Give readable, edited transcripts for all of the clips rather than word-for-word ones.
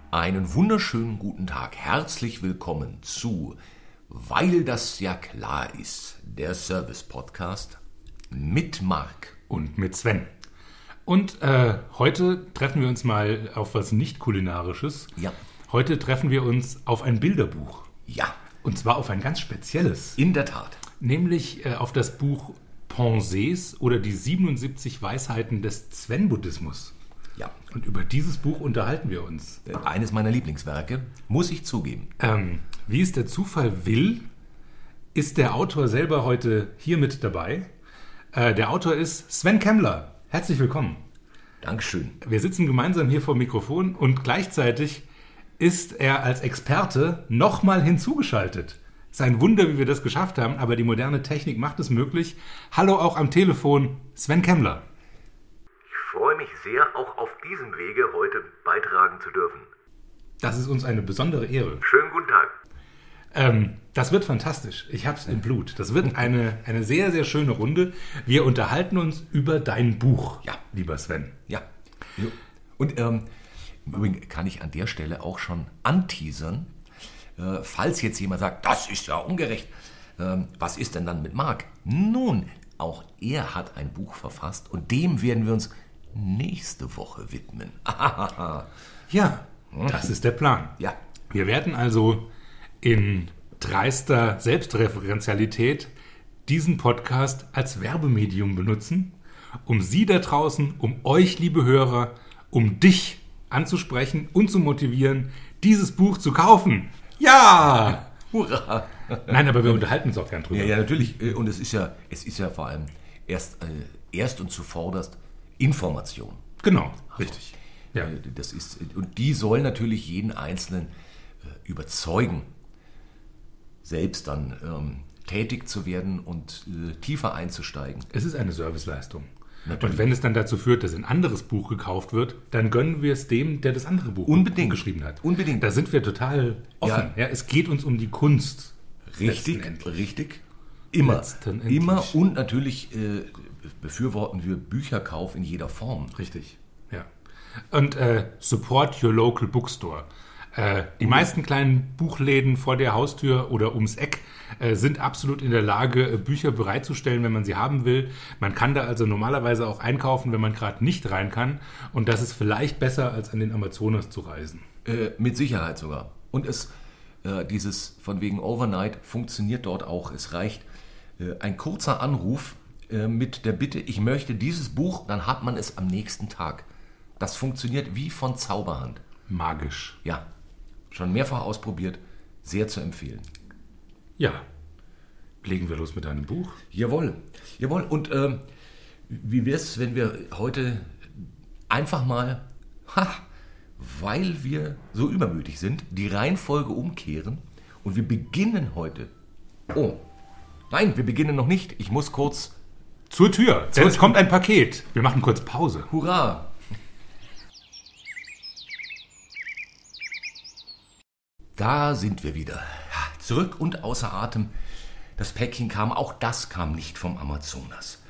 Einen wunderschönen guten Tag. Herzlich willkommen zu Weil das ja klar ist, der Service-Podcast mit Marc. Und mit Sven. Und heute treffen wir uns mal auf was nicht-kulinarisches. Ja. Heute treffen wir uns auf ein Bilderbuch. Ja. Und zwar auf ein ganz spezielles. In der Tat. Nämlich auf das Buch Pensées oder die 77 Weisheiten des Zen-Buddhismus. Ja. Und über dieses Buch unterhalten wir uns. Eines meiner Lieblingswerke, muss ich zugeben. Wie es der Zufall will, ist der Autor selber heute hier mit dabei. Der Autor ist Sven Kemmler. Herzlich willkommen. Dankeschön. Wir sitzen gemeinsam hier vor dem Mikrofon und gleichzeitig ist er als Experte nochmal hinzugeschaltet. Es ist ein Wunder, wie wir das geschafft haben, aber die moderne Technik macht es möglich. Hallo auch am Telefon, Sven Kemmler. Ich freue mich sehr, auch auf diesem Wege heute beitragen zu dürfen. Das ist uns eine besondere Ehre. Schönen guten Tag. Das wird fantastisch. Ich hab's im Blut. Das wird eine sehr, sehr schöne Runde. Wir unterhalten uns über dein Buch, Ja. lieber Sven. Ja. Und im Übrigen kann ich an der Stelle auch schon anteasern, falls jetzt jemand sagt, das ist ja ungerecht, was ist denn dann mit Marc? Nun, auch er hat ein Buch verfasst und dem werden wir uns nächste Woche widmen. Ja, das ist der Plan. Ja. Wir werden also in dreister Selbstreferenzialität diesen Podcast als Werbemedium benutzen, um Sie da draußen, um euch, liebe Hörer, um dich anzusprechen und zu motivieren, dieses Buch zu kaufen. Ja! Hurra! Nein, aber wir unterhalten uns auch gern drüber. Ja, natürlich. Und es ist ja vor allem erst und zuvorderst Information. Genau, richtig. Ja. Und die soll natürlich jeden Einzelnen überzeugen, selbst dann tätig zu werden und tiefer einzusteigen. Es ist eine Serviceleistung. Natürlich. Und wenn es dann dazu führt, dass ein anderes Buch gekauft wird, dann gönnen wir es dem, der das andere Buch Unbedingt. geschrieben hat. Unbedingt. Da sind wir total offen. Ja, es geht uns um die Kunst. Richtig. Immer. Letztendlich. Immer. Und natürlich befürworten wir Bücherkauf in jeder Form. Richtig, ja. Und support your local bookstore. Die meisten kleinen Buchläden vor der Haustür oder ums Eck sind absolut in der Lage, Bücher bereitzustellen, wenn man sie haben will. Man kann da also normalerweise auch einkaufen, wenn man gerade nicht rein kann. Und das ist vielleicht besser, als an den Amazonas zu reisen. Mit Sicherheit sogar. Und dieses von wegen Overnight funktioniert dort auch. Es reicht ein kurzer Anruf mit der Bitte, ich möchte dieses Buch, dann hat man es am nächsten Tag. Das funktioniert wie von Zauberhand. Magisch. Ja, schon mehrfach ausprobiert, sehr zu empfehlen. Ja, legen wir los mit deinem Buch. Jawohl. Und wie wäre es, wenn wir heute einfach mal, weil wir so übermütig sind, die Reihenfolge umkehren und wir beginnen heute. Oh, nein, wir beginnen noch nicht. Ich muss kurz. Zur Tür, denn es kommt ein Paket. Wir machen kurz Pause. Hurra! Da sind wir wieder. Zurück und außer Atem. Das Päckchen kam, auch das kam nicht vom Amazonas.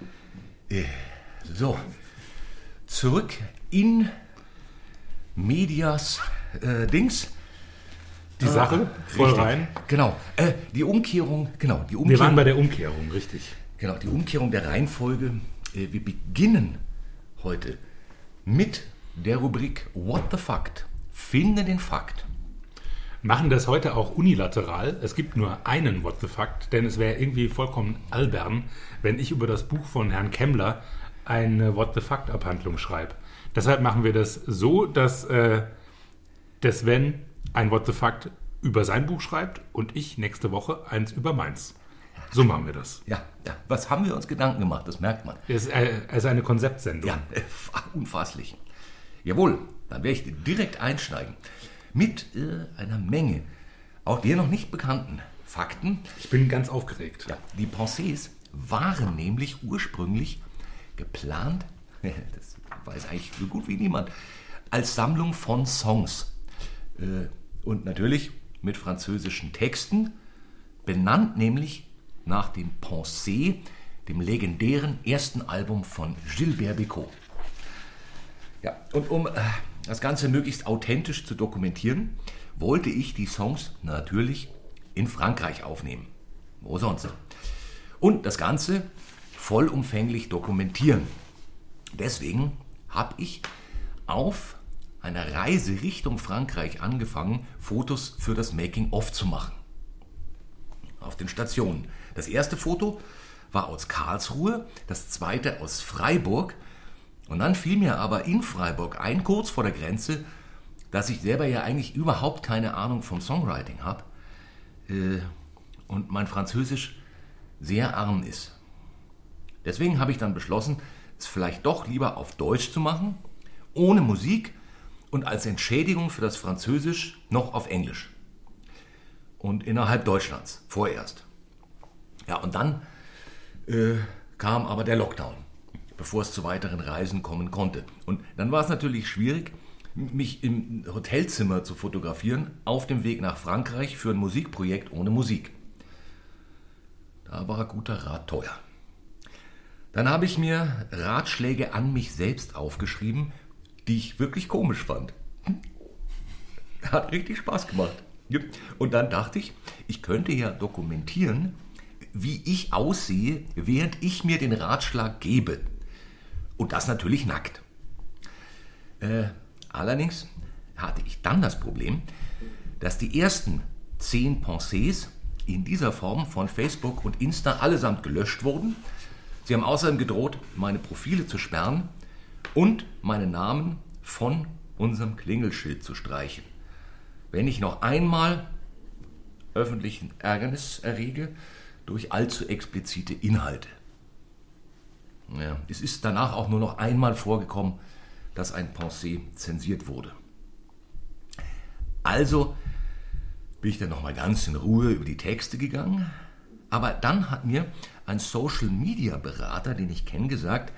So, zurück in Medias Dings. Die Sache, voll richtig. rein. Genau, die Umkehrung. Wir waren bei der Umkehrung, richtig. Genau, die Umkehrung der Reihenfolge. Wir beginnen heute mit der Rubrik What the Fact? Finde den Fakt. Machen das heute auch unilateral. Es gibt nur einen What the Fact, denn es wäre irgendwie vollkommen albern, wenn ich über das Buch von Herrn Kemmler eine What the Fact-Abhandlung schreibe. Deshalb machen wir das so, dass der Sven ein What the Fact über sein Buch schreibt und ich nächste Woche eins über meins. So machen wir das. Ja, was haben wir uns Gedanken gemacht, das merkt man. Es ist eine Konzeptsendung. Ja, unfasslich. Jawohl, dann werde ich direkt einsteigen mit einer Menge, auch dir noch nicht bekannten Fakten. Ich bin ganz aufgeregt. Ja, die Pensées waren nämlich ursprünglich geplant, das weiß eigentlich so gut wie niemand, als Sammlung von Songs. Und natürlich mit französischen Texten, benannt nämlich nach dem Pensées, dem legendären ersten Album von Gilbert Bécaud. Ja, und um das Ganze möglichst authentisch zu dokumentieren, wollte ich die Songs natürlich in Frankreich aufnehmen. Wo sonst? Und das Ganze vollumfänglich dokumentieren. Deswegen habe ich auf einer Reise Richtung Frankreich angefangen, Fotos für das Making-of zu machen. Auf den Stationen. Das erste Foto war aus Karlsruhe, das zweite aus Freiburg. Und dann fiel mir aber in Freiburg ein, kurz vor der Grenze, dass ich selber ja eigentlich überhaupt keine Ahnung vom Songwriting habe und mein Französisch sehr arm ist. Deswegen habe ich dann beschlossen, es vielleicht doch lieber auf Deutsch zu machen, ohne Musik und als Entschädigung für das Französisch noch auf Englisch. Und innerhalb Deutschlands, vorerst. Ja, und dann kam aber der Lockdown, bevor es zu weiteren Reisen kommen konnte. Und dann war es natürlich schwierig, mich im Hotelzimmer zu fotografieren, auf dem Weg nach Frankreich für ein Musikprojekt ohne Musik. Da war guter Rat teuer. Dann habe ich mir Ratschläge an mich selbst aufgeschrieben, die ich wirklich komisch fand. Hat richtig Spaß gemacht. Und dann dachte ich, ich könnte ja dokumentieren, wie ich aussehe, während ich mir den Ratschlag gebe. Und das natürlich nackt. Allerdings hatte ich dann das Problem, dass die ersten 10 Pensées in dieser Form von Facebook und Insta allesamt gelöscht wurden. Sie haben außerdem gedroht, meine Profile zu sperren und meinen Namen von unserem Klingelschild zu streichen. Wenn ich noch einmal öffentlichen Ärgernis errege durch allzu explizite Inhalte. Ja, es ist danach auch nur noch einmal vorgekommen, dass ein Pensée zensiert wurde. Also bin ich dann nochmal ganz in Ruhe über die Texte gegangen. Aber dann hat mir ein Social-Media-Berater, den ich kenne, gesagt,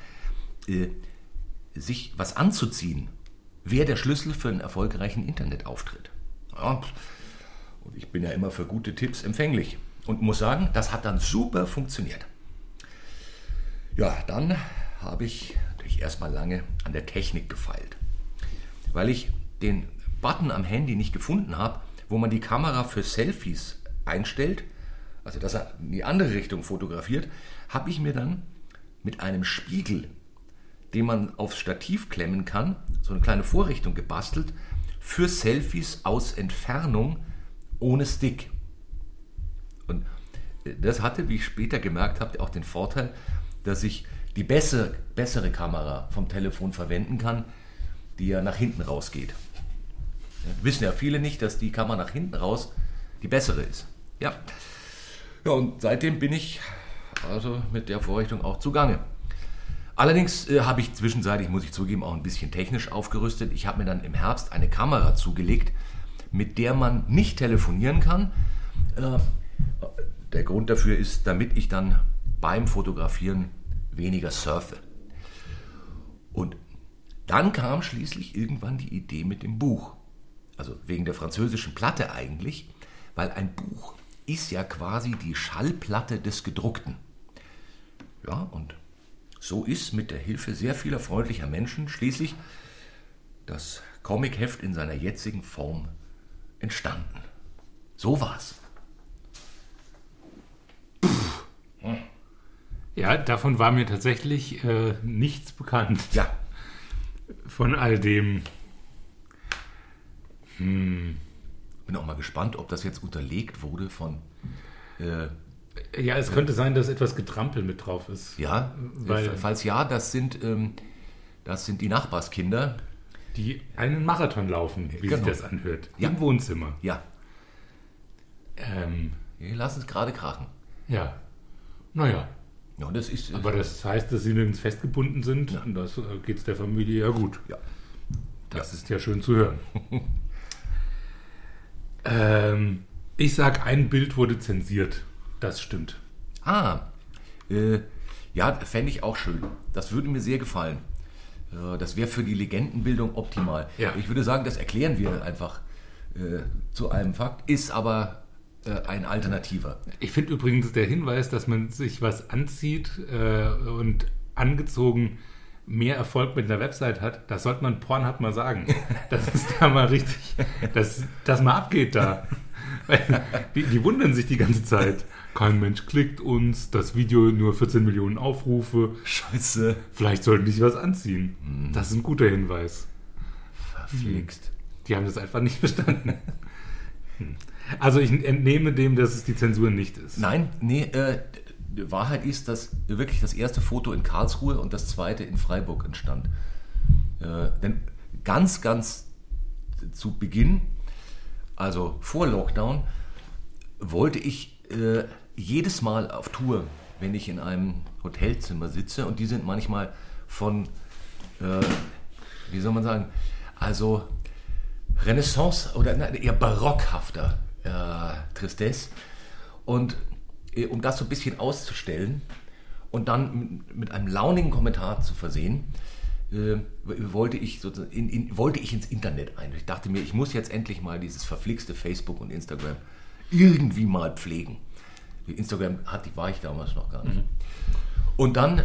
sich was anzuziehen, wäre der Schlüssel für einen erfolgreichen Internetauftritt. Ja, und ich bin ja immer für gute Tipps empfänglich. Und muss sagen, das hat dann super funktioniert. Ja, dann habe ich natürlich erstmal lange an der Technik gefeilt. Weil ich den Button am Handy nicht gefunden habe, wo man die Kamera für Selfies einstellt, also dass er in die andere Richtung fotografiert, habe ich mir dann mit einem Spiegel, den man aufs Stativ klemmen kann, so eine kleine Vorrichtung gebastelt, für Selfies aus Entfernung ohne Stick. Und das hatte, wie ich später gemerkt habe, auch den Vorteil, dass ich die bessere Kamera vom Telefon verwenden kann, die ja nach hinten rausgeht. Ja, wissen ja viele nicht, dass die Kamera nach hinten raus die bessere ist. Ja, und seitdem bin ich also mit der Vorrichtung auch zugange. Allerdings habe ich zwischenzeitlich, muss ich zugeben, auch ein bisschen technisch aufgerüstet. Ich habe mir dann im Herbst eine Kamera zugelegt, mit der man nicht telefonieren kann. Der Grund dafür ist, damit ich dann beim Fotografieren weniger surfe. Und dann kam schließlich irgendwann die Idee mit dem Buch. Also wegen der französischen Platte eigentlich, weil ein Buch ist ja quasi die Schallplatte des Gedruckten. Ja, und so ist mit der Hilfe sehr vieler freundlicher Menschen schließlich das Comicheft in seiner jetzigen Form entstanden. So war's. Ja, davon war mir tatsächlich nichts bekannt. Ja. Von all dem. Bin auch mal gespannt, ob das jetzt unterlegt wurde von... ja, es könnte sein, dass etwas Getrampel mit drauf ist. Ja, falls ja, das sind die Nachbarskinder. Die einen Marathon laufen, wie sich das anhört. Ja. Im Wohnzimmer. Ja. Die lassen es gerade krachen. Ja. Naja. Ja, das ist, aber das heißt, dass sie nirgends festgebunden sind. Ja. Und das geht es der Familie ja gut. Ja. Das ist ja schön zu hören. Ich sag, ein Bild wurde zensiert. Das stimmt. Ja, fände ich auch schön. Das würde mir sehr gefallen. Das wäre für die Legendenbildung optimal. Ja. Ich würde sagen, das erklären wir einfach zu einem Fakt, ist aber ein Alternativer. Ich finde übrigens der Hinweis, dass man sich was anzieht und angezogen mehr Erfolg mit einer Website hat, das sollte man Pornhub mal sagen. Dass es da mal richtig, dass mal abgeht da. Weil die wundern sich die ganze Zeit. Kein Mensch klickt uns, das Video nur 14 Millionen Aufrufe. Scheiße. Vielleicht sollten die sich was anziehen. Das ist ein guter Hinweis. Verflixt. Die haben das einfach nicht verstanden. Also ich entnehme dem, dass es die Zensur nicht ist. Nein, nee, die Wahrheit ist, dass wirklich das erste Foto in Karlsruhe und das zweite in Freiburg entstand. Denn ganz zu Beginn, also vor Lockdown, wollte ich jedes Mal auf Tour, wenn ich in einem Hotelzimmer sitze, und die sind manchmal von, wie soll man sagen, also Renaissance oder eher barockhafter Tristesse, und um das so ein bisschen auszustellen und dann mit einem launigen Kommentar zu versehen, wollte ich ins Internet ein. Ich dachte mir, ich muss jetzt endlich mal dieses verflixte Facebook und Instagram irgendwie mal pflegen. Instagram war ich damals noch gar nicht. Und dann,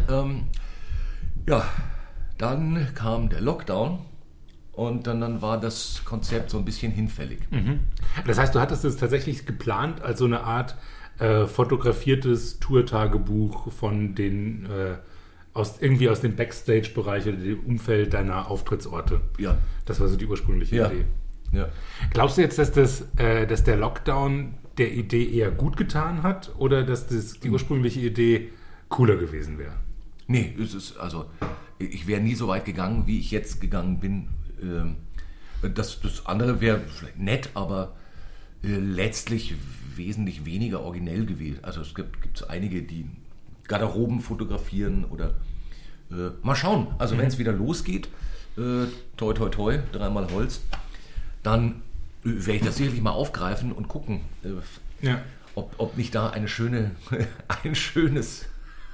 dann kam der Lockdown. Und dann war das Konzept so ein bisschen hinfällig. Das heißt, du hattest es tatsächlich geplant als so eine Art fotografiertes Tourtagebuch von den aus dem Backstage-Bereich oder dem Umfeld deiner Auftrittsorte. Ja. Das war so die ursprüngliche Idee. Ja. Glaubst du jetzt, dass der Lockdown der Idee eher gut getan hat oder dass die ursprüngliche Idee cooler gewesen wäre? Nee, ich wäre nie so weit gegangen, wie ich jetzt gegangen bin. Das andere wäre vielleicht nett, aber letztlich wesentlich weniger originell gewesen. Also es gibt einige, die Garderoben fotografieren oder mal schauen. Also wenn es wieder losgeht, toi toi toi, 3-mal Holz, dann werde ich das sicherlich mal aufgreifen und gucken, ob nicht da ein schönes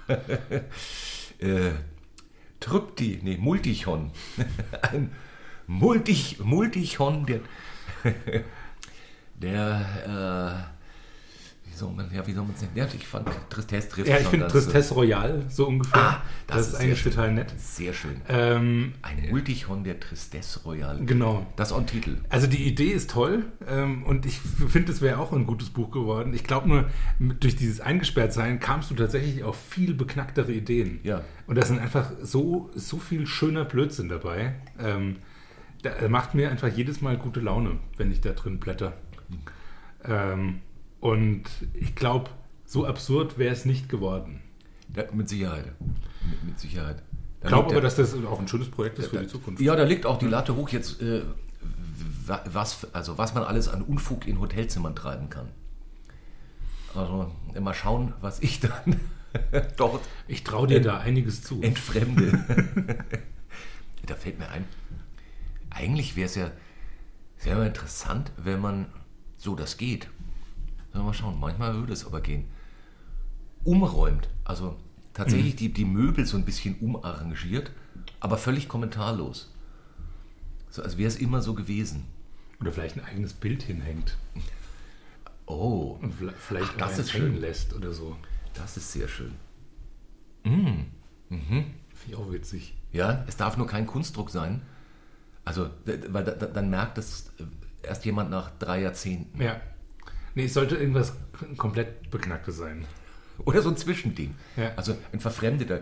Multichon. Ein Multichon, der wie soll man es nennen? Ja, ich fand Tristesse trifft ich finde Tristesse Royale so ungefähr. Das ist eigentlich total nett. Sehr schön. Ein Multichon der Tristesse Royale. Genau. Das ist auch ein Titel. Also die Idee ist toll und ich finde, es wäre auch ein gutes Buch geworden. Ich glaube nur, durch dieses Eingesperrtsein kamst du tatsächlich auf viel beknacktere Ideen. Ja. Und da sind einfach so viel schöner Blödsinn dabei. Da macht mir einfach jedes Mal gute Laune, wenn ich da drin blätter. Und ich glaube, so absurd wäre es nicht geworden. Ja, mit Sicherheit. Mit Sicherheit. Ich glaube aber, dass das auch ein schönes Projekt ist für die Zukunft. Ja, da liegt auch die Latte hoch jetzt, was man alles an Unfug in Hotelzimmern treiben kann. Also mal schauen, was ich dann dort... Ich traue dir da einiges zu. Entfremde. Da fällt mir ein, eigentlich wäre es ja sehr interessant, wenn man so das geht. Mal schauen, manchmal würde es aber gehen. Umräumt, also tatsächlich die Möbel so ein bisschen umarrangiert, aber völlig kommentarlos. So, als wäre es immer so gewesen. Oder vielleicht ein eigenes Bild hinhängt. Oh. Und vielleicht das ist hängen schön. Lässt oder so. Das ist sehr schön. Finde ich auch witzig. Ja, es darf nur kein Kunstdruck sein. Also, weil dann merkt das erst jemand nach 3 Jahrzehnten. Ja. Nee, es sollte irgendwas komplett Beknacktes sein. Oder so ein Zwischending. Ja. Also ein Verfremdeter.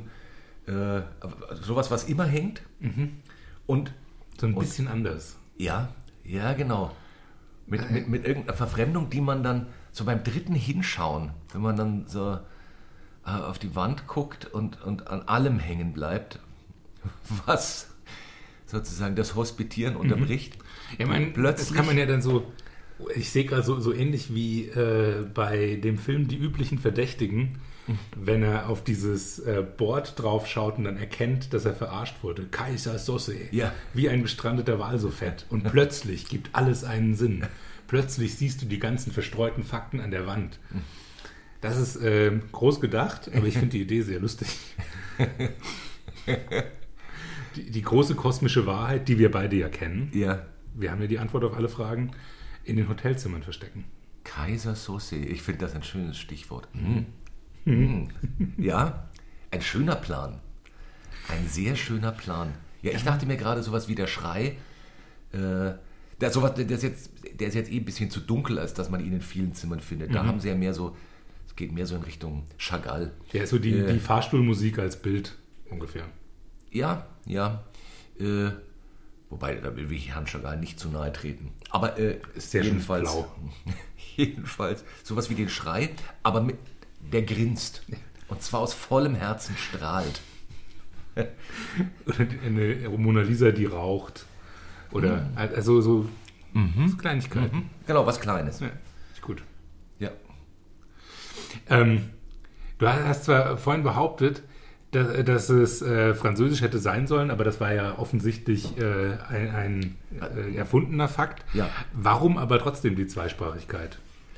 Sowas, was immer hängt. Und so ein bisschen anders. Ja, genau. Mit irgendeiner Verfremdung, die man dann so beim dritten Hinschauen, wenn man dann so auf die Wand guckt und an allem hängen bleibt, was sozusagen das Hospitieren unterbricht. Ja, das kann man ja dann so, ich sehe gerade so ähnlich wie bei dem Film Die üblichen Verdächtigen, wenn er auf dieses Board drauf schaut und dann erkennt, dass er verarscht wurde. Kaiser Sosse, wie ein gestrandeter Wal so fett. Und plötzlich gibt alles einen Sinn. Plötzlich siehst du die ganzen verstreuten Fakten an der Wand. Das ist groß gedacht, aber ich finde die Idee sehr lustig. Die große kosmische Wahrheit, die wir beide ja kennen. Ja. Wir haben ja die Antwort auf alle Fragen, in den Hotelzimmern verstecken. Kaiser Sosse, ich finde das ein schönes Stichwort. Ja, ein schöner Plan. Ein sehr schöner Plan. Ja, ich dachte mir gerade sowas wie der Schrei, der ist jetzt ein bisschen zu dunkel, als dass man ihn in vielen Zimmern findet. Da haben sie ja mehr so, es geht mehr so in Richtung Chagall. Der ist so die Fahrstuhlmusik als Bild ungefähr. Ja. Wobei, da will ich Herrn Chagall nicht zu nahe treten. Aber ist sehr jedenfalls, schön blau. Jedenfalls sowas wie den Schrei, aber der grinst. Und zwar aus vollem Herzen strahlt. Oder eine Mona Lisa, die raucht. Oder also so Kleinigkeiten. Genau, was Kleines. Ja, ist gut. Ja. Du hast zwar vorhin behauptet, dass es Französisch hätte sein sollen, aber das war ja offensichtlich ein erfundener Fakt. Ja. Warum aber trotzdem die Zweisprachigkeit?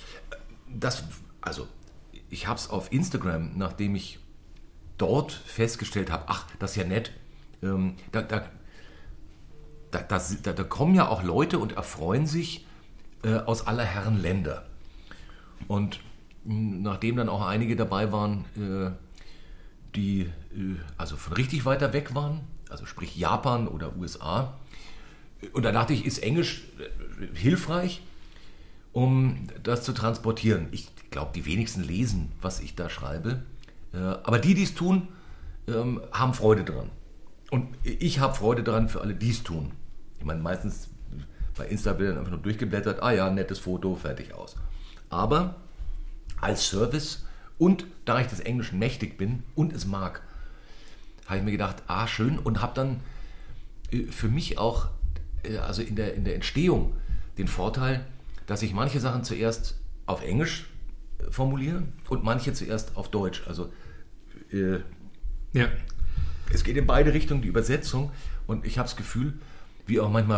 Ich habe es auf Instagram, nachdem ich dort festgestellt habe, ach, das ist ja nett, da kommen ja auch Leute und erfreuen sich aus aller Herren Länder. Und nachdem dann auch einige dabei waren, die also von richtig weiter weg waren, also sprich Japan oder USA, und da dachte ich, ist Englisch hilfreich, um das zu transportieren. Ich glaube, die wenigsten lesen, was ich da schreibe, aber die es tun, haben Freude dran. Und ich habe Freude dran für alle, die es tun. Ich meine, meistens bei Insta-Bildern einfach nur durchgeblättert, nettes Foto, fertig, aus. Aber als Service und da ich des Englischen mächtig bin und es mag, habe ich mir gedacht, schön, und habe dann für mich auch, also in der Entstehung, den Vorteil, dass ich manche Sachen zuerst auf Englisch formuliere und manche zuerst auf Deutsch. Also es geht in beide Richtungen, die Übersetzung, und ich habe das Gefühl, wie auch manchmal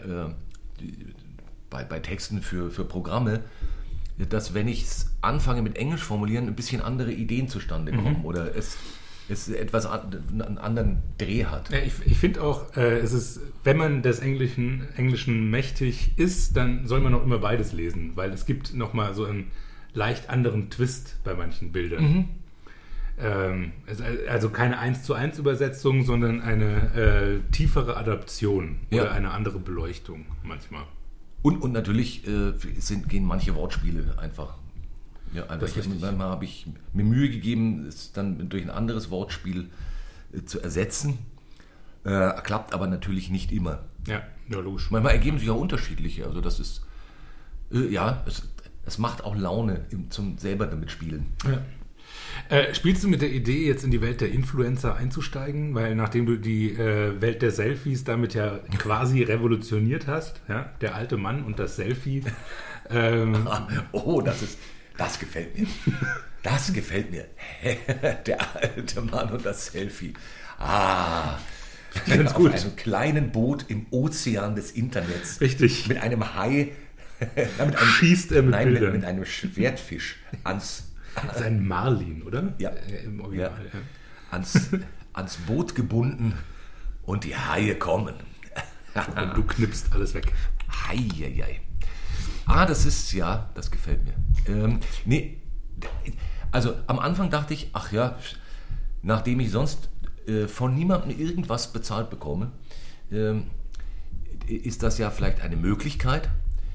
bei Texten für Programme, dass wenn ich es anfange mit Englisch formulieren, ein bisschen andere Ideen zustande kommen oder es etwas einen anderen Dreh hat. Ja, ich finde auch, es ist, wenn man des Englischen mächtig ist, dann soll man auch immer beides lesen, weil es gibt nochmal so einen leicht anderen Twist bei manchen Bildern. Also keine 1:1 Übersetzung, sondern eine tiefere Adaption oder eine andere Beleuchtung manchmal. Und natürlich gehen manche Wortspiele einfach. Ja, manchmal habe ich mir Mühe gegeben, es dann durch ein anderes Wortspiel zu ersetzen. Klappt aber natürlich nicht immer. Ja, logisch. Manchmal ergeben sich auch unterschiedliche. Also das ist, es macht auch Laune zum selber damit spielen. Ja. Spielst du mit der Idee, jetzt in die Welt der Influencer einzusteigen? Weil nachdem du die Welt der Selfies damit ja quasi revolutioniert hast, ja, der alte Mann und das Selfie. Das gefällt mir. Das gefällt mir. Der alte Mann und das Selfie. Ganz gut. Auf einem kleinen Boot im Ozean des Internets. Richtig. Mit einem Hai. Schießt er mit Bildern. Mit einem Schwertfisch ans... Das ist ein Marlin, oder? Ja. Im Original. Ja. Ans Boot gebunden und die Haie kommen. Und du knippst alles weg. Heieiei. Das gefällt mir. Also am Anfang dachte ich, nachdem ich sonst von niemandem irgendwas bezahlt bekomme, ist das ja vielleicht eine Möglichkeit.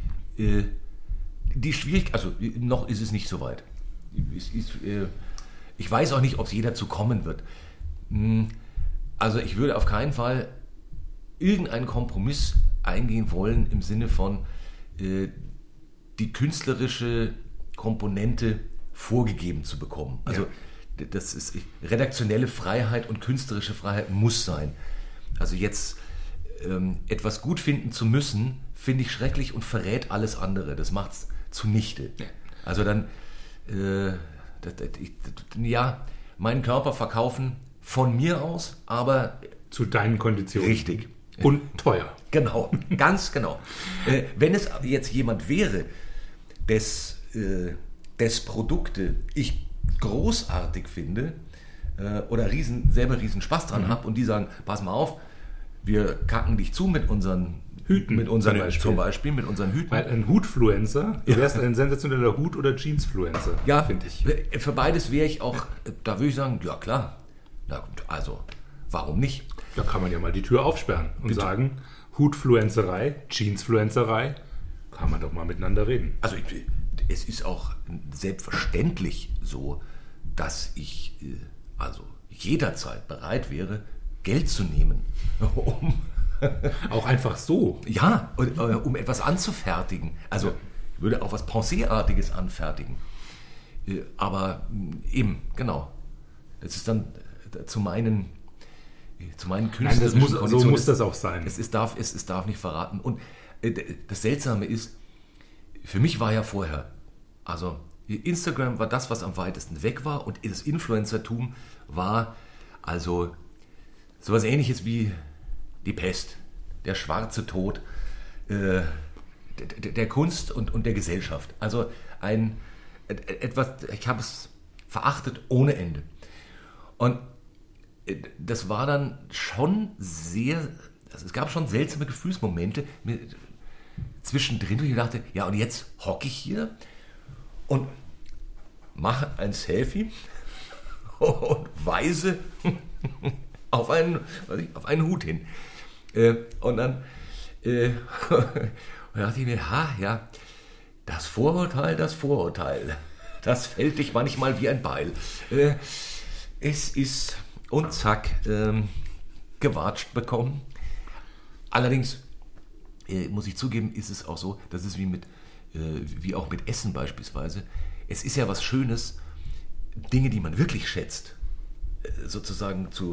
Die Schwierigkeit, also noch ist es nicht so weit. Ich weiß auch nicht, ob es jeder zu kommen wird. Also ich würde auf keinen Fall irgendeinen Kompromiss eingehen wollen im Sinne von die künstlerische Komponente vorgegeben zu bekommen. Also das ist redaktionelle Freiheit und künstlerische Freiheit muss sein. Also jetzt etwas gut finden zu müssen, finde ich schrecklich und verrät alles andere. Das macht es zunichte. Ja. Also dann meinen Körper verkaufen von mir aus, aber zu deinen Konditionen. Richtig. Und teuer. Genau, ganz genau. Wenn es jetzt jemand wäre, des Produkte ich großartig finde oder selber riesen Spaß dran habe und die sagen, pass mal auf, wir kacken dich zu mit unseren Hüten, mit unseren Hüten. Weil ein Hutfluencer, du wärst ein sensationeller Hut- oder Jeansfluencer, finde ich. Für beides wäre ich auch, da würde ich sagen, ja klar, also warum nicht? Da kann man ja mal die Tür aufsperren und sagen, Hutfluencerei, Jeansfluencerei, kann man doch mal miteinander reden. Also es ist auch selbstverständlich so, dass ich also jederzeit bereit wäre, Geld zu nehmen, um auch einfach so. Ja, um etwas anzufertigen. Also ich würde auch was Pensée-artiges anfertigen. Aber eben, genau. Das ist dann zu meinen künstlerischen Nein, so muss das auch sein. Es darf nicht verraten. Und das Seltsame ist, für mich war ja vorher, also Instagram war das, was am weitesten weg war, und das Influencertum war also sowas Ähnliches wie die Pest, der schwarze Tod der Kunst und der Gesellschaft. Also ich habe es verachtet ohne Ende. Und das war dann schon also es gab schon seltsame Gefühlsmomente zwischendrin, wo ich dachte, ja, und jetzt hocke ich hier und mache ein Selfie und weise auf einen Hut hin. Und dann dachte ich mir, ja, das Vorurteil, das fällt dich manchmal wie ein Beil. Es ist, und zack, gewatscht bekommen. Allerdings muss ich zugeben, ist es auch so, dass es wie auch mit Essen beispielsweise, es ist ja was Schönes, Dinge, die man wirklich schätzt, sozusagen zu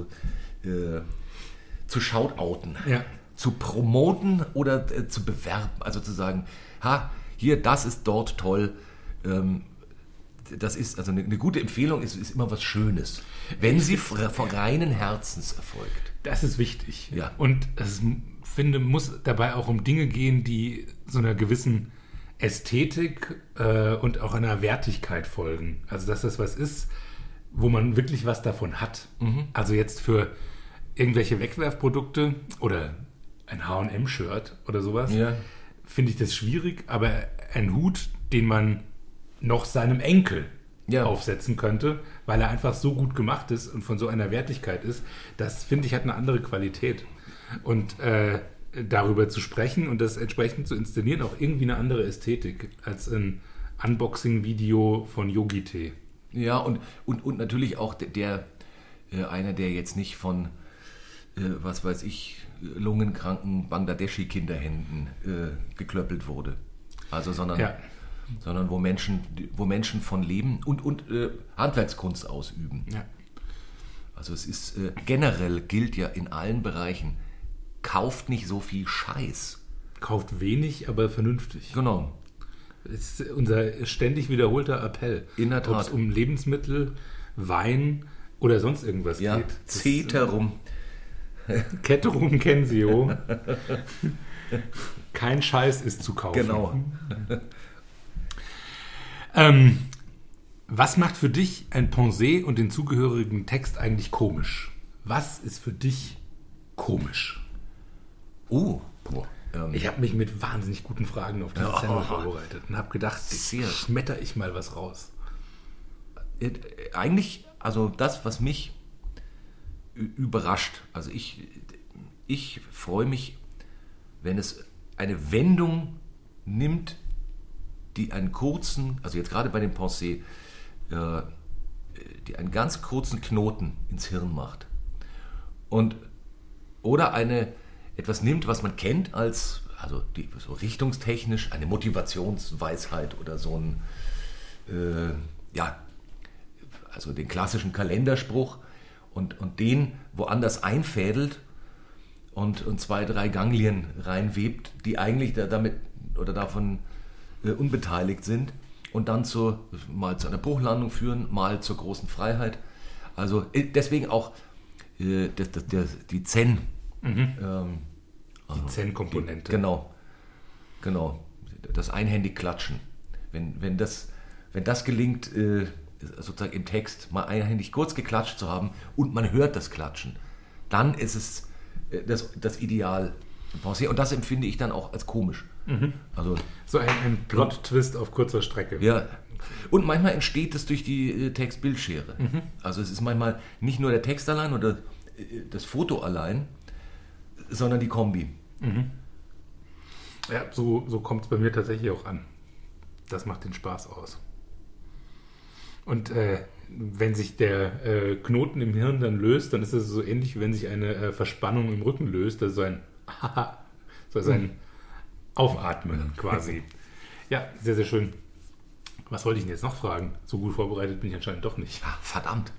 shoutouten, ja, zu promoten oder zu bewerben, also zu sagen, hier, das ist dort toll. Das ist also eine gute Empfehlung, ist immer was Schönes, wenn sie von reinen Herzens erfolgt. Das ist wichtig. Ja. Und es muss dabei auch um Dinge gehen, die so einer gewissen Ästhetik und auch einer Wertigkeit folgen. Also dass das was ist, wo man wirklich was davon hat. Mhm. Also jetzt für irgendwelche Wegwerfprodukte oder ein H&M-Shirt oder sowas, ja, finde ich das schwierig, aber ein Hut, den man noch seinem Enkel aufsetzen könnte, weil er einfach so gut gemacht ist und von so einer Wertigkeit ist, das, finde ich, hat eine andere Qualität. Und darüber zu sprechen und das entsprechend zu inszenieren, auch irgendwie eine andere Ästhetik als ein Unboxing-Video von Yogi-Tee. Ja, und natürlich auch einer, der jetzt nicht von, was weiß ich, lungenkranken Bangladeschi-Kinderhänden geklöppelt wurde. Also, sondern wo Menschen von leben und Handwerkskunst ausüben. Ja. Also es ist generell gilt ja in allen Bereichen, kauft nicht so viel Scheiß. Kauft wenig, aber vernünftig. Genau. Das ist unser ständig wiederholter Appell. In der Tat. Ob es um Lebensmittel, Wein oder sonst irgendwas geht. Ceterum. Ketterum Kensio. Kein Scheiß ist zu kaufen. Genau. Was macht für dich ein Pensée und den zugehörigen Text eigentlich komisch? Was ist für dich komisch? Ich habe mich mit wahnsinnig guten Fragen auf diese Sendung vorbereitet und habe gedacht, schmetter ich mal was raus. Eigentlich, also das, was mich überrascht, also ich freue mich, wenn es eine Wendung nimmt, die einen kurzen, also jetzt gerade bei dem Pensée, die einen ganz kurzen Knoten ins Hirn macht. Oder etwas nimmt, was man kennt als, so richtungstechnisch, eine Motivationsweisheit oder so ein, also den klassischen Kalenderspruch und den woanders einfädelt und 2, 3 Ganglien reinwebt, die eigentlich damit oder davon unbeteiligt sind und dann mal zu einer Bruchlandung führen, mal zur großen Freiheit. Also deswegen auch die Zen. Mhm. Die Zen-Komponente. Genau. Das einhändig Klatschen. Wenn das gelingt, sozusagen im Text mal einhändig kurz geklatscht zu haben und man hört das Klatschen, dann ist es das Ideal. Und das empfinde ich dann auch als komisch. Mhm. Also so ein Plot-Twist auf kurzer Strecke. Ja. Und manchmal entsteht es durch die Text-Bildschere. Mhm. Also es ist manchmal nicht nur der Text allein oder das Foto allein, sondern die Kombi. Ja, so kommt es bei mir tatsächlich auch an. Das macht den Spaß aus. Und wenn sich der Knoten im Hirn dann löst, dann ist es so ähnlich, wie wenn sich eine Verspannung im Rücken löst. Das ist so ein Aufatmen quasi. Ja, sehr, sehr schön. Was wollte ich denn jetzt noch fragen? So gut vorbereitet bin ich anscheinend doch nicht. Ja, verdammt.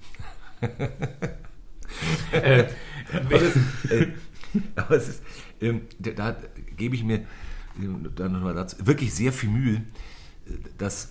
Aber es ist, da gebe ich mir dann nochmal dazu wirklich sehr viel Mühe, dass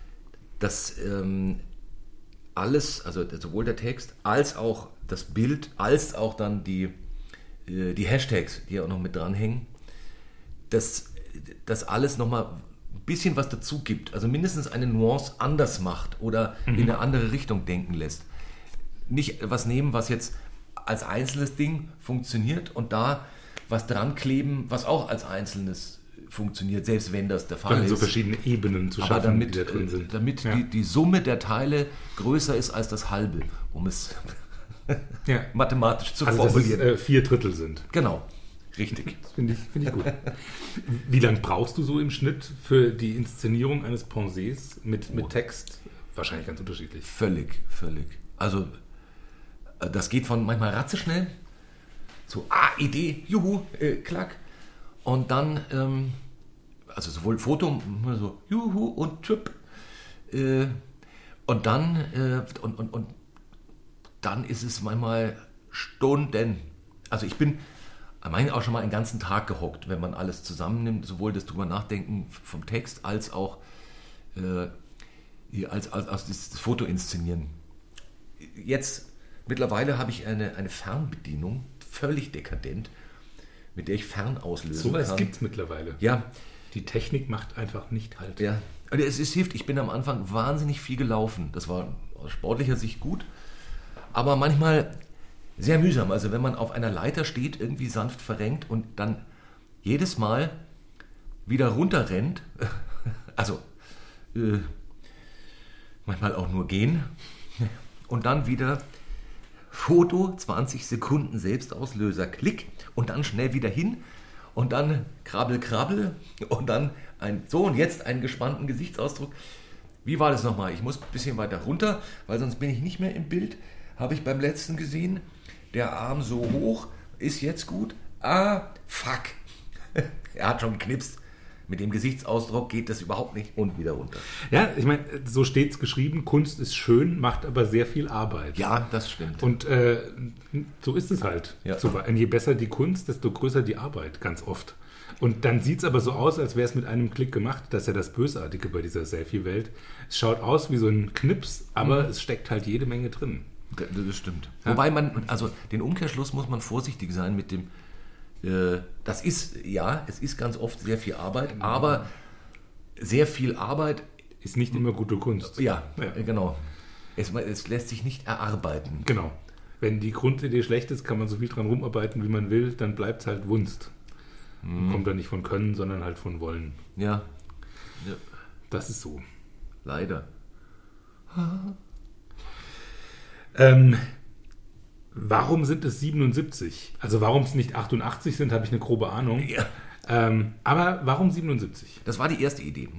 alles, also sowohl der Text als auch das Bild, als auch dann die Hashtags, die ja auch noch mit dranhängen, dass das alles nochmal ein bisschen was dazu gibt, also mindestens eine Nuance anders macht oder in eine andere Richtung denken lässt. Nicht was nehmen, was jetzt als einzelnes Ding funktioniert und da was dran kleben, was auch als einzelnes funktioniert, selbst wenn das der Fall ist. So verschiedene Ebenen zu schaffen, damit, die da drin sind. Damit die Summe der Teile größer ist als das halbe, um es mathematisch zu formulieren. Dass es 4/3 sind. Genau, richtig. Das finde ich gut. Wie lange brauchst du so im Schnitt für die Inszenierung eines Pensées mit Text? Wahrscheinlich ganz unterschiedlich. Völlig. Also das geht von manchmal ratzeschnell zu Idee, juhu, klack. Und dann, also sowohl Foto, so juhu und tschüpp. Und dann, und dann ist es manchmal Stunden. Also ich bin manchmal auch schon mal einen ganzen Tag gehockt, wenn man alles zusammennimmt, sowohl das drüber nachdenken vom Text als auch als das Foto inszenieren. Jetzt, mittlerweile habe ich eine Fernbedienung, völlig dekadent, mit der ich fern auslösen kann. So was gibt es mittlerweile. Ja. Die Technik macht einfach nicht Halt. Ja. Und es hilft, ich bin am Anfang wahnsinnig viel gelaufen. Das war aus sportlicher Sicht gut, aber manchmal sehr mühsam. Also wenn man auf einer Leiter steht, irgendwie sanft verrenkt und dann jedes Mal wieder runterrennt, also manchmal auch nur gehen und dann wieder Foto, 20 Sekunden Selbstauslöser, Klick und dann schnell wieder hin und dann krabbel und dann und jetzt einen gespannten Gesichtsausdruck. Wie war das nochmal? Ich muss ein bisschen weiter runter, weil sonst bin ich nicht mehr im Bild. Habe ich beim letzten gesehen. Der Arm so hoch, ist jetzt gut. Fuck. Er hat schon geknipst. Mit dem Gesichtsausdruck geht das überhaupt nicht und wieder runter. Ja, ich meine, so steht es geschrieben, Kunst ist schön, macht aber sehr viel Arbeit. Ja, das stimmt. Und so ist es halt. Ja. Je besser die Kunst, desto größer die Arbeit, ganz oft. Und dann sieht es aber so aus, als wäre es mit einem Klick gemacht. Das ist ja das Bösartige bei dieser Selfie-Welt. Es schaut aus wie so ein Knips, aber es steckt halt jede Menge drin. Das stimmt. Ja. Wobei den Umkehrschluss muss man vorsichtig sein mit dem, es ist ganz oft sehr viel Arbeit, aber sehr viel Arbeit ist nicht immer gute Kunst. Ja. Genau. Es lässt sich nicht erarbeiten. Genau. Wenn die Grundidee schlecht ist, kann man so viel dran rumarbeiten, wie man will, dann bleibt es halt Wunst. Kommt dann nicht von Können, sondern halt von Wollen. Ja. Das ist so. Leider. Warum sind es 77? Also warum es nicht 88 sind, habe ich eine grobe Ahnung. Ja. Aber warum 77? Das war die erste Idee.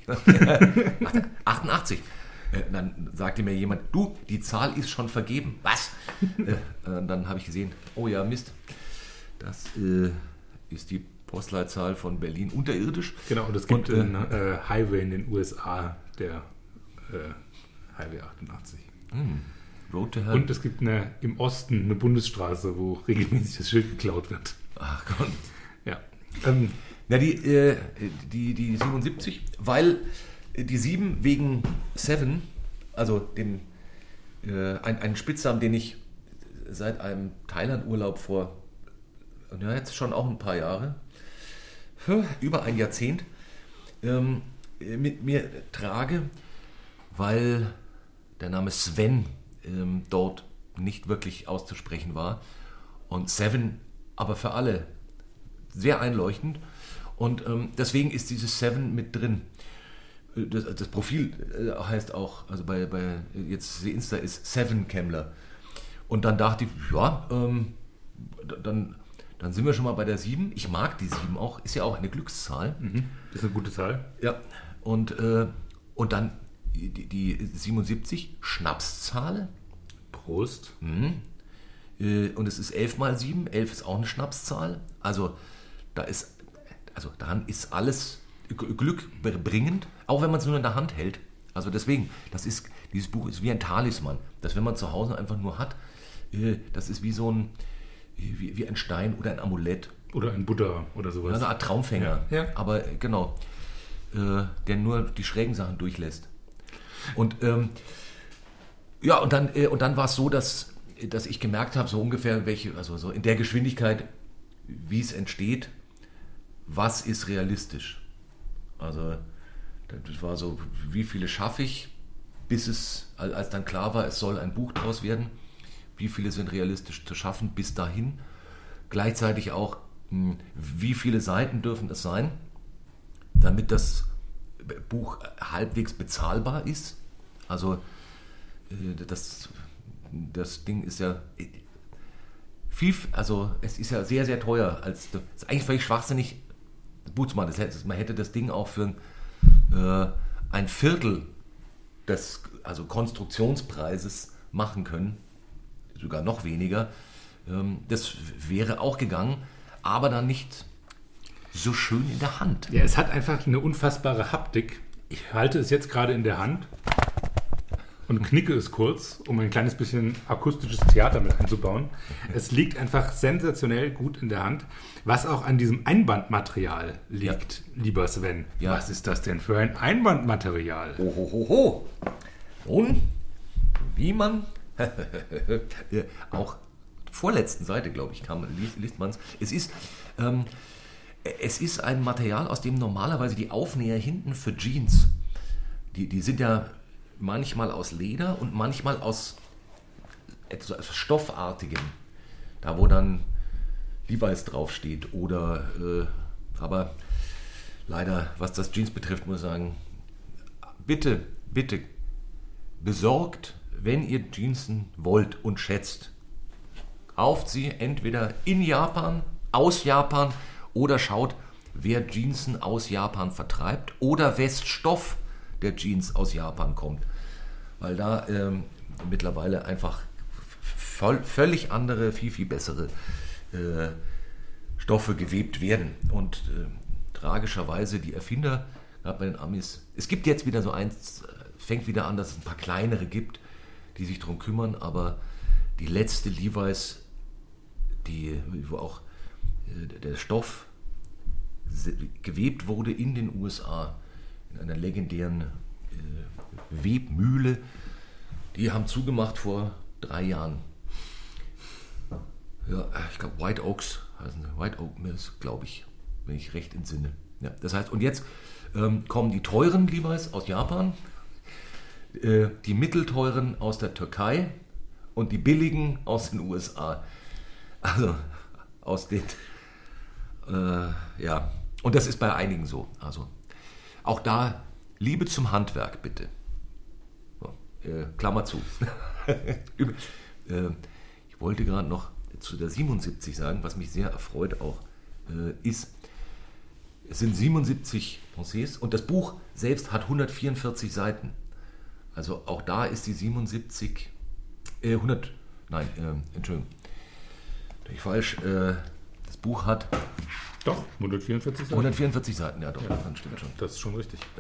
88. Dann sagte mir jemand, du, die Zahl ist schon vergeben. Was? Dann habe ich gesehen, oh ja, Mist. Das ist die Postleitzahl von Berlin unterirdisch. Genau, und es gibt einen Highway in den USA, der Highway 88. Road to Hell. Und es gibt im Osten eine Bundesstraße, wo regelmäßig das Schild geklaut wird. Ach Gott. Ja. Die 77, weil die 7 wegen Seven, also einen Spitznamen, den ich seit einem Thailand-Urlaub vor, jetzt schon auch ein paar Jahre, über ein Jahrzehnt, mit mir trage, weil der Name Sven dort nicht wirklich auszusprechen war und Seven aber für alle sehr einleuchtend und deswegen ist dieses Seven mit drin. Das Profil heißt auch, also bei jetzt Insta ist Seven Kemmler Und dann dachte ich, ja, dann sind wir schon mal bei der 7. Ich mag die 7 auch, ist ja auch eine Glückszahl. Das ist eine gute Zahl. Ja, und dann die 77, Schnapszahl. Prost. Und es ist 11 mal 7, 11 ist auch eine Schnapszahl. Also daran ist alles glückbringend, auch wenn man es nur in der Hand hält. Also deswegen, dieses Buch ist wie ein Talisman, das wenn man zu Hause einfach nur hat, das ist wie so wie ein Stein oder ein Amulett. Oder ein Buddha oder sowas. Ja, eine Art Traumfänger, ja. Aber genau, der nur die schrägen Sachen durchlässt. Und ja, und dann war es so, dass ich gemerkt habe, so ungefähr also so in der Geschwindigkeit, wie es entsteht, was ist realistisch. Also das war so, wie viele schaffe ich, als dann klar war, es soll ein Buch draus werden, wie viele sind realistisch zu schaffen bis dahin. Gleichzeitig auch, wie viele Seiten dürfen es sein, damit das Buch halbwegs bezahlbar ist. Also das Ding ist ja es ist ja sehr, sehr teuer. Es ist eigentlich völlig schwachsinnig, Buch zu machen. Man hätte das Ding auch für ein Viertel des Konstruktionspreises machen können, sogar noch weniger. Das wäre auch gegangen, aber dann nicht so schön in der Hand. Ja, es hat einfach eine unfassbare Haptik. Ich halte es jetzt gerade in der Hand und knicke es kurz, um ein kleines bisschen akustisches Theater mit einzubauen. Es liegt einfach sensationell gut in der Hand, was auch an diesem Einbandmaterial liegt, lieber Sven. Ja. Was ist das denn für ein Einbandmaterial? Ohohoho. Und wie man auch vorletzten Seite, glaube ich, liest man es. Es ist ein Material, aus dem normalerweise die Aufnäher hinten für Jeans, die sind ja manchmal aus Leder und manchmal aus etwas Stoffartigem, da wo dann Levi's draufsteht aber leider, was das Jeans betrifft, muss ich sagen, bitte besorgt, wenn ihr Jeansen wollt und schätzt, kauft sie entweder in Japan, aus Japan oder schaut, wer Jeansen aus Japan vertreibt oder wessen Stoff der Jeans aus Japan kommt, weil da mittlerweile einfach völlig andere, viel bessere Stoffe gewebt werden und tragischerweise die Erfinder, gerade bei den Amis, es gibt jetzt wieder so eins, fängt wieder an, dass es ein paar kleinere gibt, die sich darum kümmern, aber die letzte Levi's, wo auch der Stoff gewebt wurde in den USA, in einer legendären Webmühle. Die haben zugemacht vor 3 Jahren. Ja, ich glaube White Oaks heißen sie. White Oak Mills, glaube ich, wenn ich recht entsinne. Ja, das heißt, und jetzt kommen die teuren Levi's aus Japan, die mittelteuren aus der Türkei und die billigen aus den USA. Also aus den ja. Und das ist bei einigen so. Also auch da Liebe zum Handwerk, bitte. So, Klammer zu. Ich wollte gerade noch zu der 77 sagen, was mich sehr erfreut auch ist. Es sind 77 Pensées und das Buch selbst hat 144 Seiten. Also auch da ist die 77, Entschuldigung, ich falsch, das Buch hat... Doch, 144 Seiten. 144 Seiten, ja doch, dann stimmt schon. Das ist schon richtig. Ja.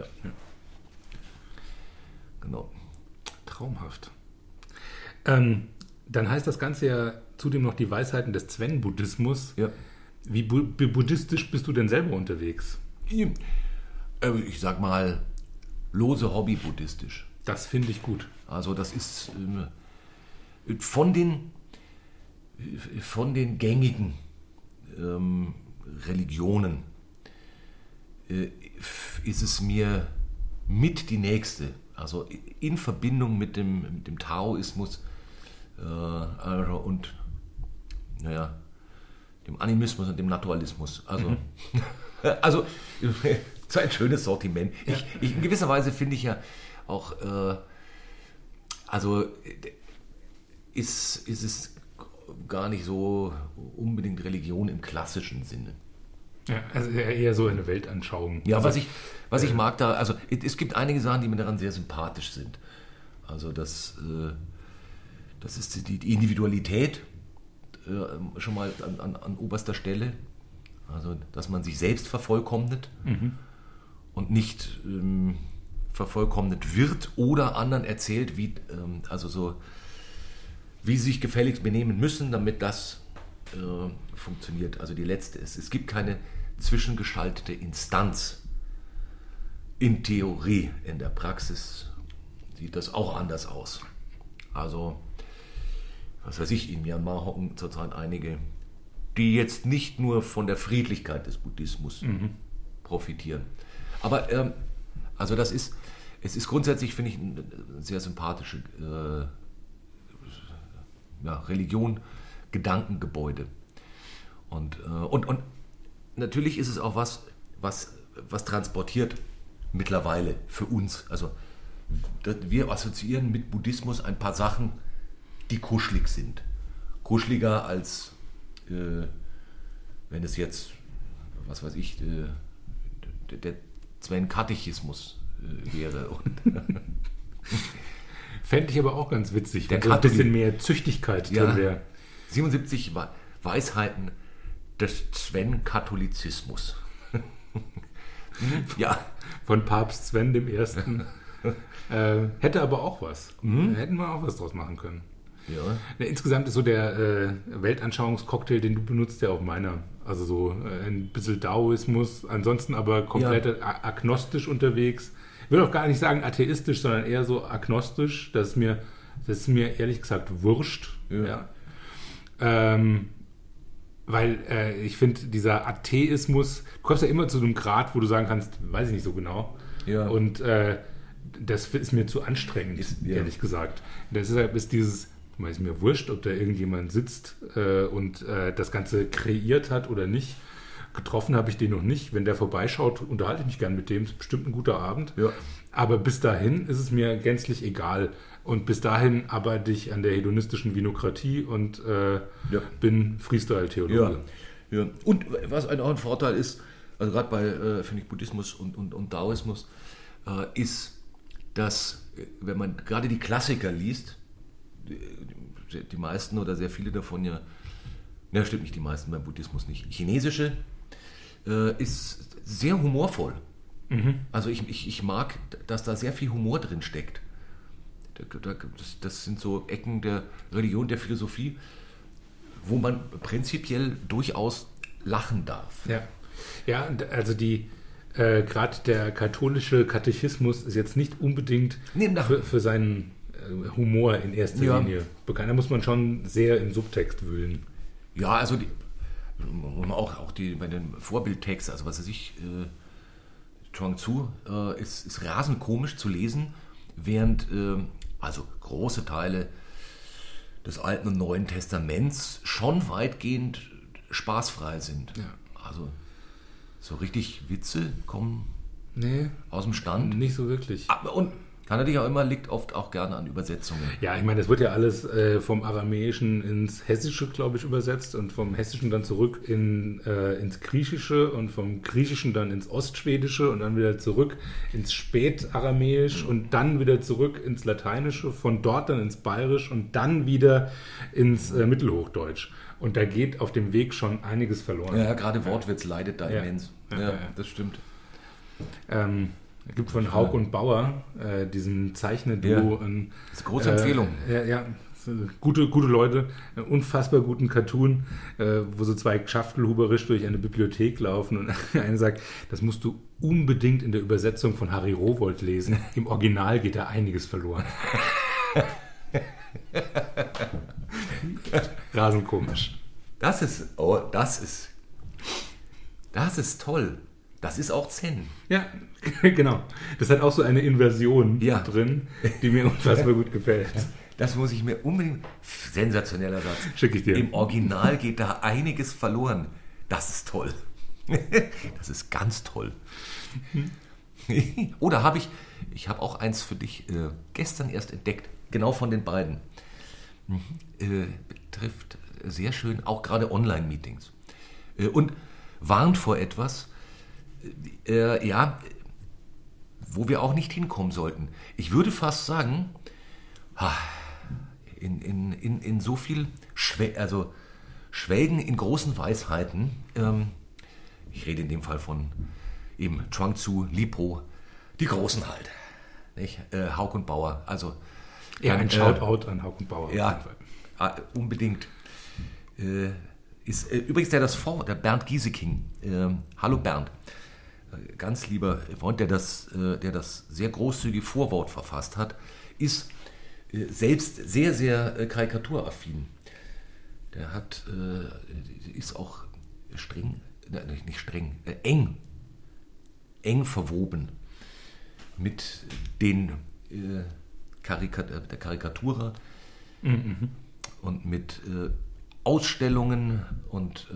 Genau. Traumhaft. Dann heißt das Ganze ja zudem noch die Weisheiten des Zen-Buddhismus. Ja. Wie buddhistisch bist du denn selber unterwegs? Ich sag mal, lose Hobby-buddhistisch. Das finde ich gut. Also das ist von den gängigen Religionen ist es mir mit die nächste, also in Verbindung mit dem Taoismus und dem Animismus und dem Naturalismus. Also, also so ein schönes Sortiment. Ja. In gewisser Weise finde ich ja auch, also ist es gar nicht so unbedingt Religion im klassischen Sinne. Ja, also eher so eine Weltanschauung. Ja, also, was ich mag da, also es gibt einige Sachen, die mir daran sehr sympathisch sind. Also das ist die Individualität schon mal an oberster Stelle. Also dass man sich selbst vervollkommnet und nicht vervollkommnet wird oder anderen erzählt, wie sie sich gefälligst benehmen müssen, damit das funktioniert. Also die letzte ist, es gibt keine zwischengeschaltete Instanz. In Theorie, in der Praxis sieht das auch anders aus. Also, was weiß ich, in Myanmar hocken zurzeit einige, die jetzt nicht nur von der Friedlichkeit des Buddhismus profitieren. Aber also es ist grundsätzlich, finde ich, eine sehr sympathische Religion, Gedankengebäude. Und natürlich ist es auch was transportiert mittlerweile für uns. Also wir assoziieren mit Buddhismus ein paar Sachen, die kuschelig sind. Kuscheliger als wenn es jetzt, was weiß ich, der Sven-Katechismus wäre. Fände ich aber auch ganz witzig, wenn ein bisschen mehr Züchtigkeit drin wäre. 77 Weisheiten des Sven-Katholizismus. Ja. Von Papst Sven dem Ersten. Hätte aber auch was. Hätten wir auch was draus machen können. Ja. Insgesamt ist so der Weltanschauungscocktail, den du benutzt, ja auch meiner. Also so ein bisschen Daoismus, ansonsten aber komplett agnostisch unterwegs. Ich will auch gar nicht sagen atheistisch, sondern eher so agnostisch. Das ist mir ehrlich gesagt wurscht. Ja. Weil ich finde, dieser Atheismus, du kommst ja immer zu einem Grad, wo du sagen kannst, weiß ich nicht so genau. Ja. Und das ist mir zu anstrengend, ehrlich gesagt. Deshalb ist dieses, ist mir wurscht, ob da irgendjemand sitzt und das Ganze kreiert hat oder nicht. Getroffen habe ich den noch nicht. Wenn der vorbeischaut, unterhalte ich mich gern mit dem. Ist bestimmt ein guter Abend. Ja. Aber bis dahin ist es mir gänzlich egal. Und bis dahin arbeite ich an der hedonistischen Vinokratie und bin Freestyle-Theologe. Ja. Ja. Und was auch ein Vorteil ist, also gerade bei, finde ich, Buddhismus und Daoismus, ist, dass, wenn man gerade die Klassiker liest, die meisten oder sehr viele davon stimmt nicht, die meisten beim Buddhismus nicht, chinesische, ist sehr humorvoll. Also ich mag, dass da sehr viel Humor drin steckt. Das sind so Ecken der Religion, der Philosophie, wo man prinzipiell durchaus lachen darf. Ja, also gerade der katholische Katechismus ist jetzt nicht unbedingt für seinen Humor in erster Linie bekannt. Da muss man schon sehr im Subtext wühlen. Ja, also auch bei den Vorbildtexten, also was weiß ich, Chuang Tzu ist rasend komisch zu lesen, während also große Teile des Alten und Neuen Testaments schon weitgehend spaßfrei sind. Ja. Also so richtig Witze kommen aus dem Stand. Nicht so wirklich. Und kann natürlich auch immer, liegt oft auch gerne an Übersetzungen. Ja, ich meine, das wird ja alles vom Aramäischen ins Hessische, glaube ich, übersetzt und vom Hessischen dann zurück ins Griechische und vom Griechischen dann ins Ostschwedische und dann wieder zurück ins Spätaramäisch und dann wieder zurück ins Lateinische, von dort dann ins Bayerisch und dann wieder ins Mittelhochdeutsch. Und da geht auf dem Weg schon einiges verloren. Ja, gerade Wortwitz leidet da immens. Ja, das stimmt. Es gibt von Haug und Bauer diesen Zeichner-Duo. Das ist eine große Empfehlung. Gute Leute, einen unfassbar guten Cartoon, wo so zwei schachtelhuberisch durch eine Bibliothek laufen und einer sagt, das musst du unbedingt in der Übersetzung von Harry Rowohlt lesen. Im Original geht da einiges verloren. Rasend komisch. Das ist toll. Das ist auch Zen. Ja, genau. Das hat auch so eine Inversion drin, die mir unfassbar gut gefällt. Das muss ich mir unbedingt... Sensationeller Satz. Schicke ich dir. Im Original geht da einiges verloren. Das ist toll. Das ist ganz toll. Oder ich habe auch eins für dich gestern erst entdeckt. Genau von den beiden. betrifft sehr schön auch gerade Online-Meetings. Und warnt vor etwas, wo wir auch nicht hinkommen sollten. Ich würde fast sagen, in so viel Schwelgen in großen Weisheiten, ich rede in dem Fall von eben Chuang-Tzu, Li-Po, die Großen halt, nicht? Hauk und Bauer, also ein Shoutout an Hauk und Bauer. Ja, unbedingt. Ist übrigens der Bernd Gieseking. Hallo Bernd. Ganz lieber Freund, der das sehr großzügige Vorwort verfasst hat, ist selbst sehr, sehr karikaturaffin. Der ist auch eng verwoben mit den der Karikatura und mit Ausstellungen und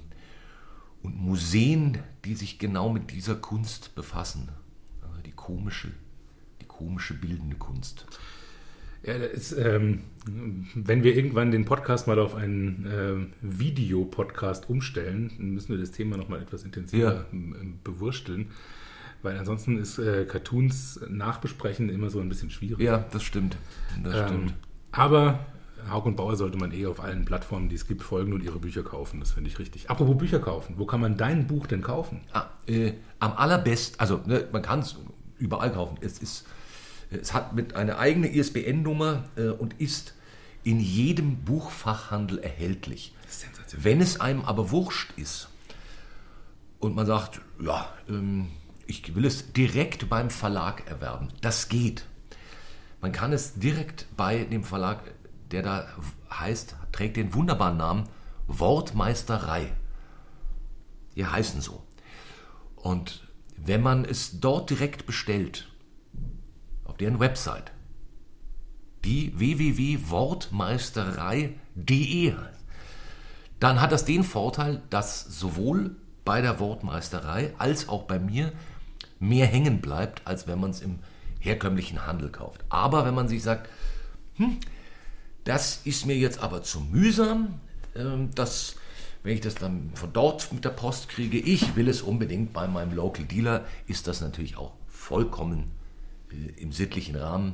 Museen, die sich genau mit dieser Kunst befassen. Die komische bildende Kunst. Ja, das ist, wenn wir irgendwann den Podcast mal auf einen Videopodcast umstellen, dann müssen wir das Thema nochmal etwas intensiver bewursteln, weil ansonsten ist Cartoons nachbesprechen immer so ein bisschen schwierig. Ja, das stimmt. Aber Hauk und Bauer sollte man auf allen Plattformen, die es gibt, folgen und ihre Bücher kaufen. Das finde ich richtig. Apropos Bücher kaufen, wo kann man dein Buch denn kaufen? Am allerbesten, also man kann es überall kaufen. Es hat mit einer eigenen ISBN-Nummer und ist in jedem Buchfachhandel erhältlich. Das ist sensationell. Wenn es einem aber wurscht ist und man sagt, ich will es direkt beim Verlag erwerben, das geht. Man kann es direkt bei dem Verlag, der da trägt den wunderbaren Namen Wortmeisterei. Die heißen so. Und wenn man es dort direkt bestellt, auf deren Website, die www.wortmeisterei.de heißt, dann hat das den Vorteil, dass sowohl bei der Wortmeisterei als auch bei mir mehr hängen bleibt, als wenn man es im herkömmlichen Handel kauft. Aber wenn man sich sagt, das ist mir jetzt aber zu mühsam, wenn ich das dann von dort mit der Post kriege, ich will es unbedingt bei meinem Local Dealer, ist das natürlich auch vollkommen im sittlichen Rahmen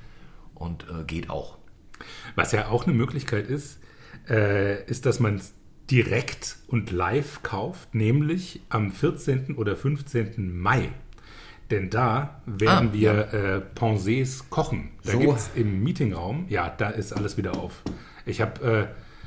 und geht auch. Was ja auch eine Möglichkeit ist, dass man es direkt und live kauft, nämlich am 14. oder 15. Mai. Denn da werden wir Pensées kochen. Da gibt es im Meetingraum, da ist alles wieder auf. Ich habe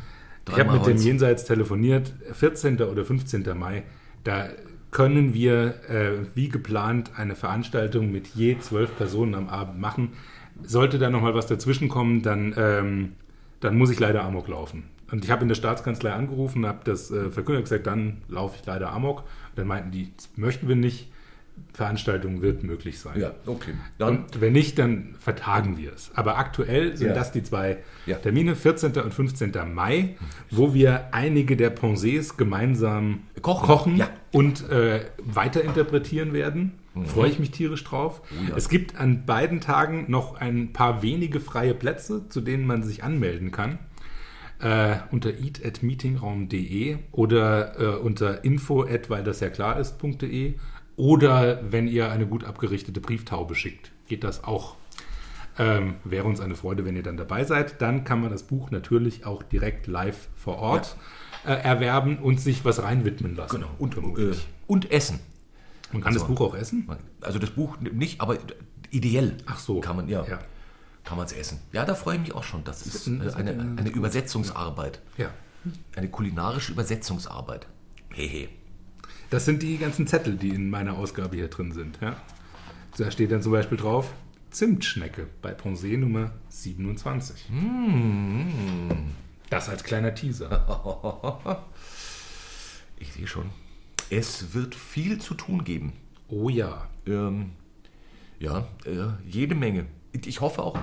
mit dem Jenseits telefoniert, 14. oder 15. Mai, da können wir wie geplant eine Veranstaltung mit je 12 Personen am Abend machen. Sollte da nochmal was dazwischen kommen, dann muss ich leider Amok laufen. Und ich habe in der Staatskanzlei angerufen, habe das verkündet, gesagt, dann laufe ich leider Amok. Und dann meinten die, das möchten wir nicht. Veranstaltung wird möglich sein. Ja, okay. Und wenn nicht, dann vertagen wir es. Aber aktuell sind das die zwei Termine, 14. und 15. Mai, wo wir einige der Pensées gemeinsam kochen und weiterinterpretieren werden. Freue ich mich tierisch drauf. Oh ja. Es gibt an beiden Tagen noch ein paar wenige freie Plätze, zu denen man sich anmelden kann. Unter eat@meetingraum.de oder unter info@weildasjaklarist.de. Oder wenn ihr eine gut abgerichtete Brieftaube schickt, geht das auch. Wäre uns eine Freude, wenn ihr dann dabei seid. Dann kann man das Buch natürlich auch direkt live vor Ort erwerben und sich was reinwidmen lassen. Genau. Und essen. Man kann das Buch auch essen? Also das Buch nicht, aber ideell. Ach so. Kann man es essen. Ja, da freue ich mich auch schon. Das ist eine Übersetzungsarbeit. Ja. Eine kulinarische Übersetzungsarbeit. Hehe. Das sind die ganzen Zettel, die in meiner Ausgabe hier drin sind. Ja? Da steht dann zum Beispiel drauf, Zimtschnecke bei Pensée Nummer 27. Das als kleiner Teaser. Ich sehe schon. Es wird viel zu tun geben. Oh ja. Jede Menge. Ich hoffe auch,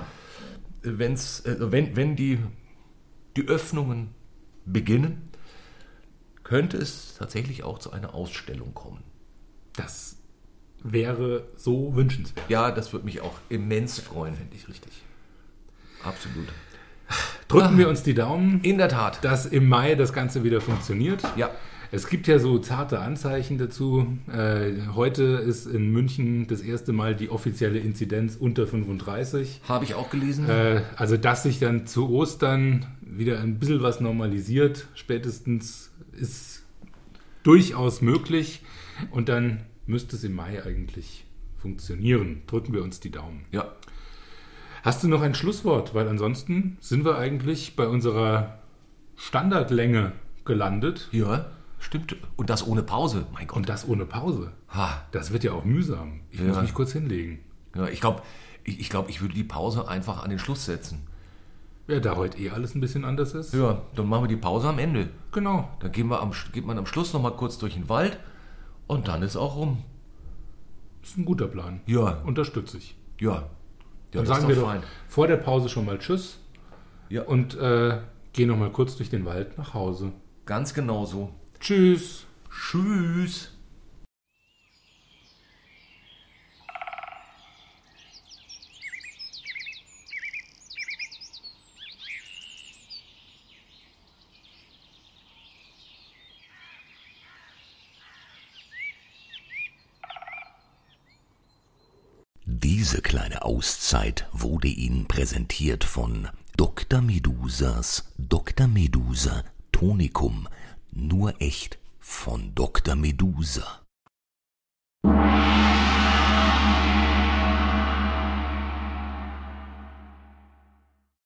wenn die Öffnungen beginnen, könnte es tatsächlich auch zu einer Ausstellung kommen. Das wäre so wünschenswert. Ja, das würde mich auch immens freuen. Finde ich richtig. Absolut. Drücken wir uns die Daumen, In der Tat. dass im Mai das Ganze wieder funktioniert. Ja. Es gibt ja so zarte Anzeichen dazu. Heute ist in München das erste Mal die offizielle Inzidenz unter 35. Habe ich auch gelesen. Also dass sich dann zu Ostern wieder ein bisschen was normalisiert, spätestens ist durchaus möglich. Und dann müsste es im Mai eigentlich funktionieren. Drücken wir uns die Daumen. Ja. Hast du noch ein Schlusswort? Weil ansonsten sind wir eigentlich bei unserer Standardlänge gelandet. Ja, stimmt. Und das ohne Pause, mein Gott. Und das ohne Pause. Ha. Das wird ja auch mühsam. Ich muss mich kurz hinlegen. Ja, ich glaube, ich würde die Pause einfach an den Schluss setzen. Ja, da heute alles ein bisschen anders ist. Ja, dann machen wir die Pause am Ende. Genau. Dann geht man am Schluss nochmal kurz durch den Wald und dann ist auch rum. Ist ein guter Plan. Ja. Unterstütze ich. Ja. Dann das sagen ist wir doch doch vor der Pause schon mal Tschüss. Ja. Und gehen noch mal kurz durch den Wald nach Hause. Ganz genau so. Tschüss. Tschüss. Diese kleine Auszeit wurde Ihnen präsentiert von Dr. Medusas Dr. Medusa Tonikum. Nur echt von Dr. Medusa.